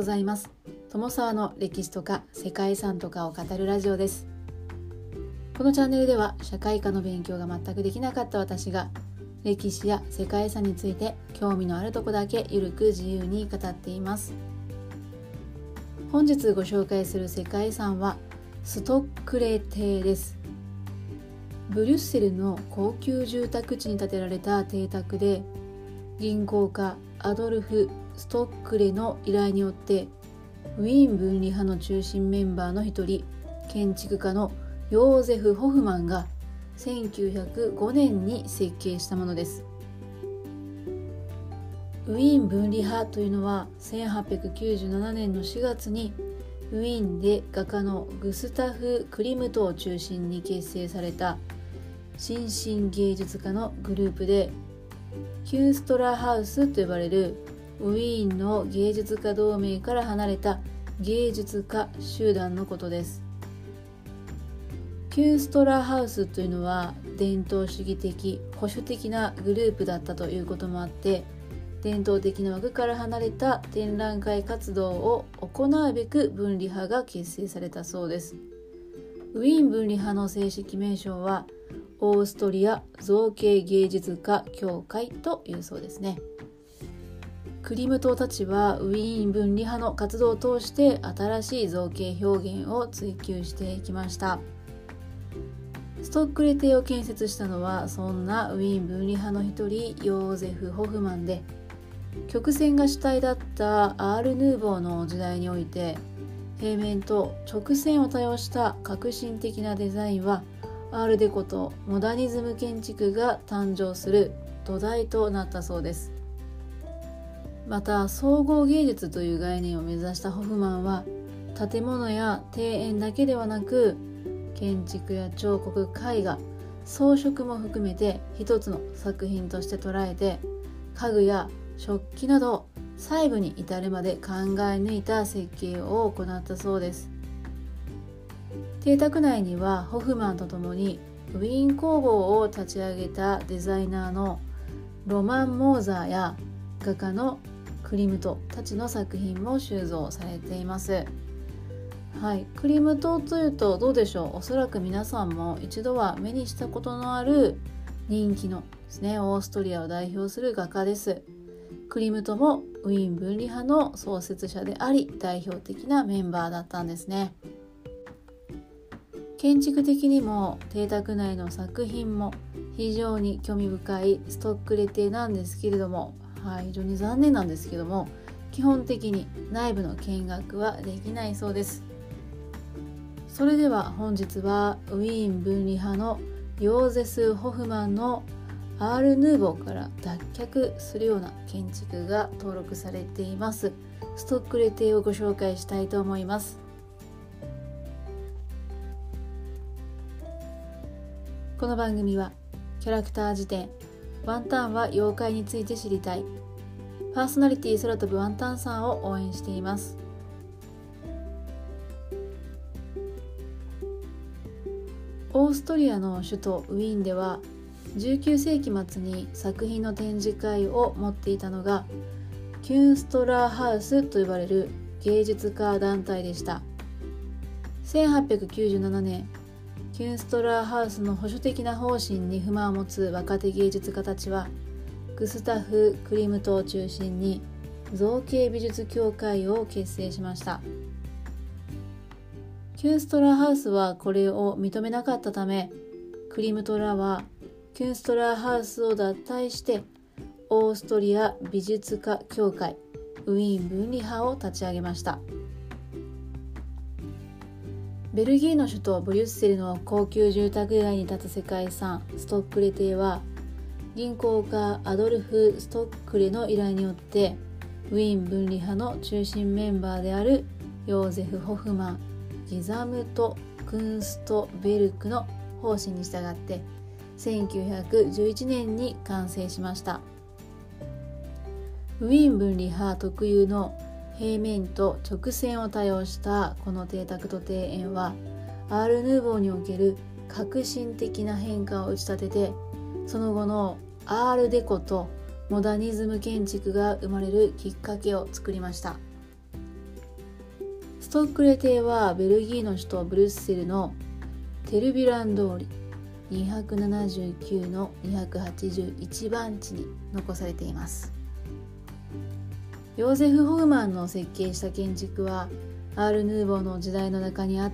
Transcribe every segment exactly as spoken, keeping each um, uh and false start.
ございます。友沢の歴史とか世界遺産とかを語るラジオです。このチャンネルでは社会科の勉強が全くできなかった私が歴史や世界遺産について興味のあるとこだけゆるく自由に語っています。本日ご紹介する世界遺産はストックレ邸です。ブリュッセルの高級住宅地に建てられた邸宅で、銀行家アドルフ・ストックレの依頼によってウィーン分離派の中心メンバーの一人、建築家のヨーゼフ・ホフマンがせんきゅうひゃくごねんに設計したものです。ウィーン分離派というのはせんはっぴゃくきゅうじゅうななねんのしがつにウィーンで画家のグスタフ・クリムトを中心に結成された新進芸術家のグループで、キュンストラハウスと呼ばれるウィーンの芸術家同盟から離れた芸術家集団のことです。キュンストラハウスというのは伝統主義的保守的なグループだったということもあって、伝統的な枠から離れた展覧会活動を行うべく分離派が結成されたそうです。ウィーン分離派の正式名称はオーストリア造形芸術家協会というそうですね。クリムトたちはウィーン分離派の活動を通して新しい造形表現を追求していきました。ストックレ邸を建設したのはそんなウィーン分離派の一人、ヨーゼフ・ホフマンで、曲線が主体だったアール・ヌーボーの時代において平面と直線を多用した革新的なデザインはアールデコとモダニズム建築が誕生する土台となったそうです。また総合芸術という概念を目指したホフマンは、建物や庭園だけではなく建築や彫刻、絵画、装飾も含めて一つの作品として捉えて、家具や食器など細部に至るまで考え抜いた設計を行ったそうです。邸宅内にはホフマンとともにウィーン工房を立ち上げたデザイナーのロマン・モーザーや画家のクリムトたちの作品も収蔵されています。はい、クリムトというとどうでしょう。おそらく皆さんも一度は目にしたことのある人気のですね、オーストリアを代表する画家です。クリムトもウィーン分離派の創設者であり、代表的なメンバーだったんですね。建築的にも邸宅内の作品も非常に興味深いストックレ邸なんですけれども、はい、非常に残念なんですけども、基本的に内部の見学はできないそうです。それでは本日はウィーン分離派のヨーゼス・ホフマンのアール・ヌーボーから脱却するような建築が登録されていますストックレ邸をご紹介したいと思います。この番組はキャラクター辞典、ワンタンは妖怪について知りたい、パーソナリティ空飛ぶワンタンさんを応援しています。オーストリアの首都ウィーンではじゅうきゅうせいき末に作品の展示会を持っていたのがキュンストラーハウスと呼ばれる芸術家団体でした。せんはっぴゃくきゅうじゅうななねん、キュンストラーハウスの保守的な方針に不満を持つ若手芸術家たちはグスタフ・クリムトを中心に造形美術協会を結成しました。キュンストラーハウスはこれを認めなかったため、クリムトらはキュンストラーハウスを脱退してオーストリア美術家協会ウィーン分離派を立ち上げました。ベルギーの首都ブリュッセルの高級住宅街に立つ世界遺産ストックレ邸は、銀行家アドルフ・ストックレの依頼によってウィーン分離派の中心メンバーであるヨーゼフ・ホフマン、ギザムト・クンストベルクの方針に従ってせんきゅうひゃくじゅういちねんに完成しました。ウィーン分離派特有の平面と直線を多用したこの邸宅と庭園はアール・ヌーボーにおける革新的な変化を打ち立てて、その後のアールデコとモダニズム建築が生まれるきっかけを作りました。 トックレ邸はベルギーの首都ブリュッセルのテルビュラン通りにひゃくななじゅうきゅうのにひゃくはちじゅういちばん地に残されています。ヨーゼフ・ホフマンの設計した建築はアール・ヌーボーの時代の中にあって、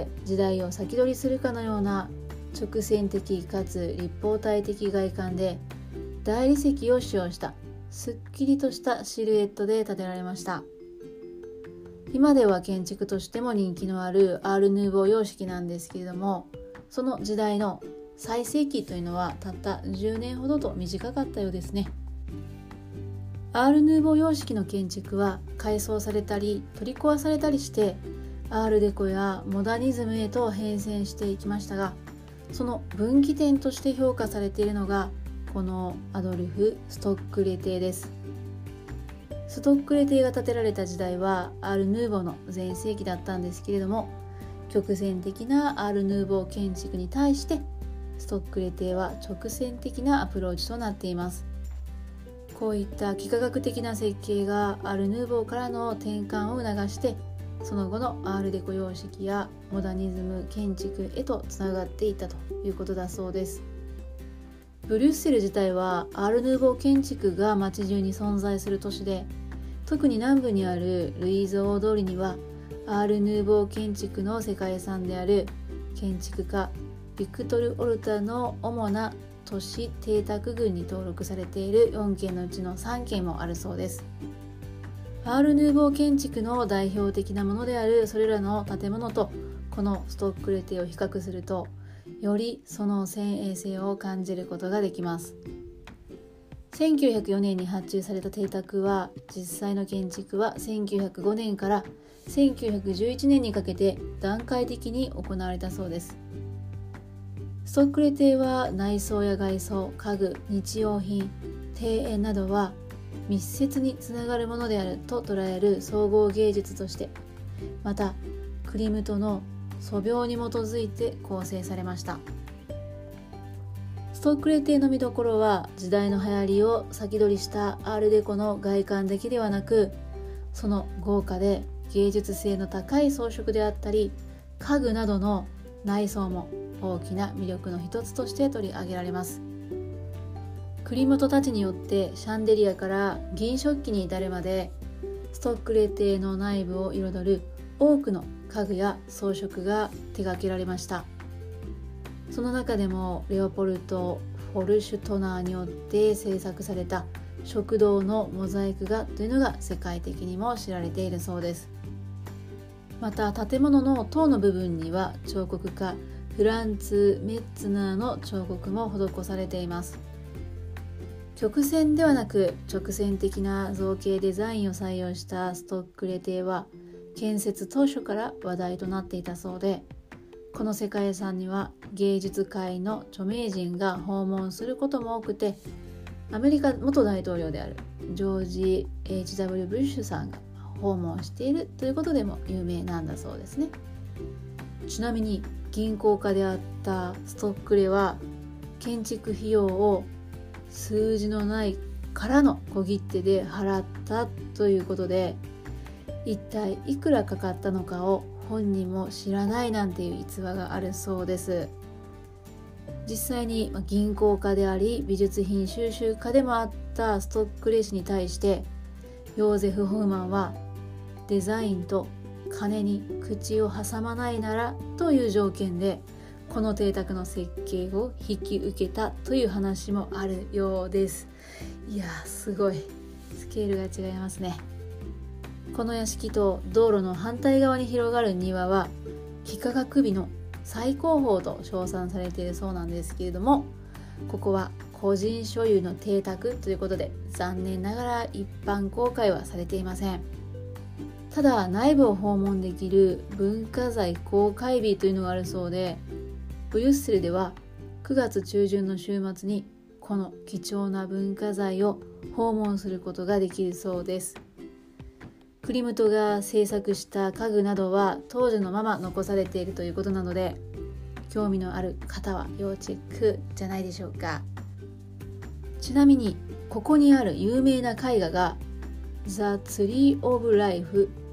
時代を先取りするかのような直線的かつ立方体的外観で、大理石を使用したすっきりとしたシルエットで建てられました。今では建築としても人気のあるアール・ヌーボー様式なんですけれども、その時代の最盛期というのはたったじゅうねんほどと短かったようですね。アール・ヌーボー様式の建築は改装されたり取り壊されたりして、アールデコやモダニズムへと変遷していきましたが、その分岐点として評価されているのがこのアドルフ・ストックレ邸です。ストックレ邸が建てられた時代はアール・ヌーボーの全盛期だったんですけれども、曲線的なアール・ヌーボー建築に対してストックレ邸は直線的なアプローチとなっています。こういった幾何学的な設計がアール・ヌーボーからの転換を促して、その後のアールデコ様式やモダニズム建築へとつながっていったということだそうです。ブリュッセル自体はアール・ヌーボー建築が街中に存在する都市で、特に南部にあるルイーズ大通りにはアール・ヌーボー建築の世界遺産である建築家ビクトル・オルタの主な都市邸宅群に登録されているよんけんのうちのさんけんもあるそうです。アール・ヌーボー建築の代表的なものであるそれらの建物とこのストックレ邸を比較すると、よりその先鋭性を感じることができます。せんきゅうひゃくよねんに発注された邸宅は、実際の建築はせんきゅうひゃくごねんからせんきゅうひゃくじゅういちねんにかけて段階的に行われたそうです。ストックレ邸は内装や外装、家具、日用品、庭園などは密接につながるものであると捉える総合芸術として、またクリムトの素描に基づいて構成されました。ストックレ邸の見どころは、時代の流行りを先取りしたアールデコの外観だけではなく、その豪華で芸術性の高い装飾であったり、家具などの内装も大きな魅力の一つとして取り上げられます。栗本たちによってシャンデリアから銀食器に至るまで、ストックレ邸の内部を彩る多くの家具や装飾が手掛けられました。その中でもレオポルト・フォルシュトナーによって制作された食堂のモザイク画というのが世界的にも知られているそうです。また建物の塔の部分には彫刻家フランツ・メッツナーの彫刻も施されています。曲線ではなく直線的な造形デザインを採用したストックレ邸は建設当初から話題となっていたそうで、この世界遺産には芸術界の著名人が訪問することも多くて、アメリカ元大統領であるジョージ エイチダブリュー ブッシュさんが訪問しているということでも有名なんだそうですね。ちなみに銀行家であったストックレは建築費用を数字のない空の小切手で払ったということで、一体いくらかかったのかを本人も知らないなんていう逸話があるそうです。実際に銀行家であり美術品収集家でもあったストックレ氏に対してヨーゼフ・ホフマンは、デザインと金に口を挟まないならという条件でこの邸宅の設計を引き受けたという話もあるようです。いやー、すごいスケールが違いますね。この屋敷と道路の反対側に広がる庭は幾何学美の最高峰と称賛されているそうなんですけれども、ここは個人所有の邸宅ということで残念ながら一般公開はされていません。ただ内部を訪問できる文化財公開日というのがあるそうで、ブリュッセルではくがつ中旬の週末にこの貴重な文化財を訪問することができるそうです。クリムトが制作した家具などは当時のまま残されているということなので、興味のある方は要チェックじゃないでしょうか。ちなみにここにある有名な絵画が The Tree of Life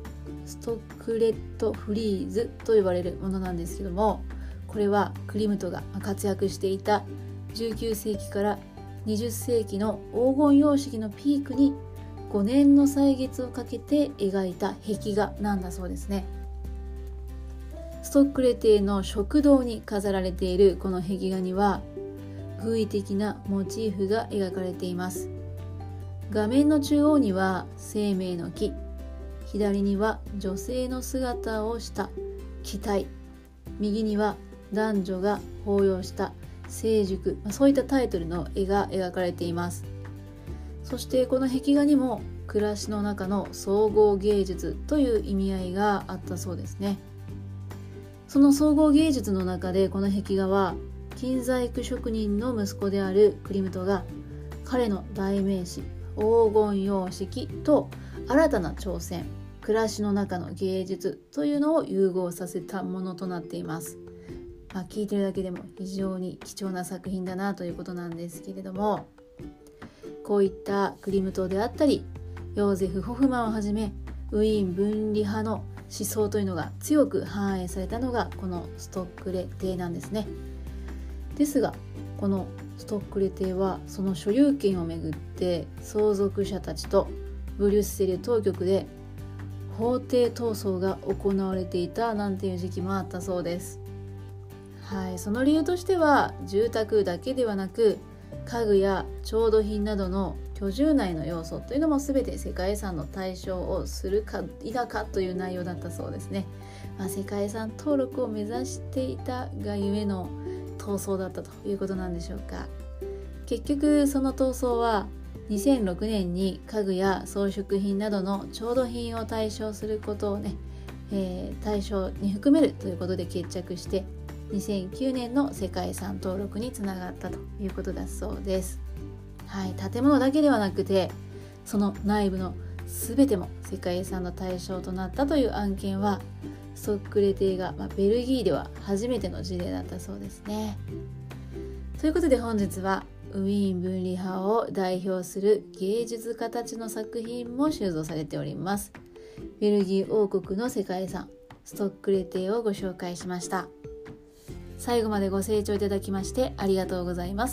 ストックレットフリーズと呼ばれるものなんですけども、これはクリムトが活躍していたじゅうきゅうせいきからにじゅっせいきの黄金様式のピークにごねんの歳月をかけて描いた壁画なんだそうですね。ストックレ邸の食堂に飾られているこの壁画には偶意的なモチーフが描かれています。画面の中央には生命の木、左には女性の姿をした機体、右には男女が抱擁した成熟、そういったタイトルの絵が描かれています。そしてこの壁画にも暮らしの中の総合芸術という意味合いがあったそうですね。その総合芸術の中でこの壁画は金細工職人の息子であるクリムトが彼の代名詞黄金様式と新たな挑戦、暮らしの中の芸術というのを融合させたものとなっています。まあ、聞いてるだけでも非常に貴重な作品だなということなんですけれども、こういったクリムトであったりヨーゼフ・ホフマンをはじめウィーン分離派の思想というのが強く反映されたのがこのストックレ邸なんですね。ですがこのストックレ邸はその所有権をめぐって相続者たちとブリュッセル当局で法廷闘争が行われていたなんていう時期もあったそうです。はい、その理由としては住宅だけではなく家具や調度品などの居住内の要素というのも全て世界遺産の対象をするか否かという内容だったそうですね。まあ、世界遺産登録を目指していたがゆえの闘争だったということなんでしょうか。結局その闘争はにせんろくねんに家具や装飾品などの調度品を対象することをね、えー、対象に含めるということで決着してにせんきゅうねんの世界遺産登録につながったということだそうです。はい、建物だけではなくてその内部の全ても世界遺産の対象となったという案件はストックレ邸が、まあ、ベルギーでは初めての事例だったそうですね。ということで本日はウィーン分離派を代表する芸術家たちの作品も収蔵されております。ベルギー王国の世界遺産ストックレ邸をご紹介しました。最後までご清聴いただきましてありがとうございます。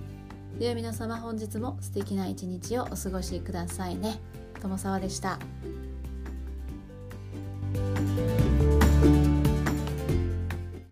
では皆様本日も素敵な一日をお過ごしくださいね。友沢でした。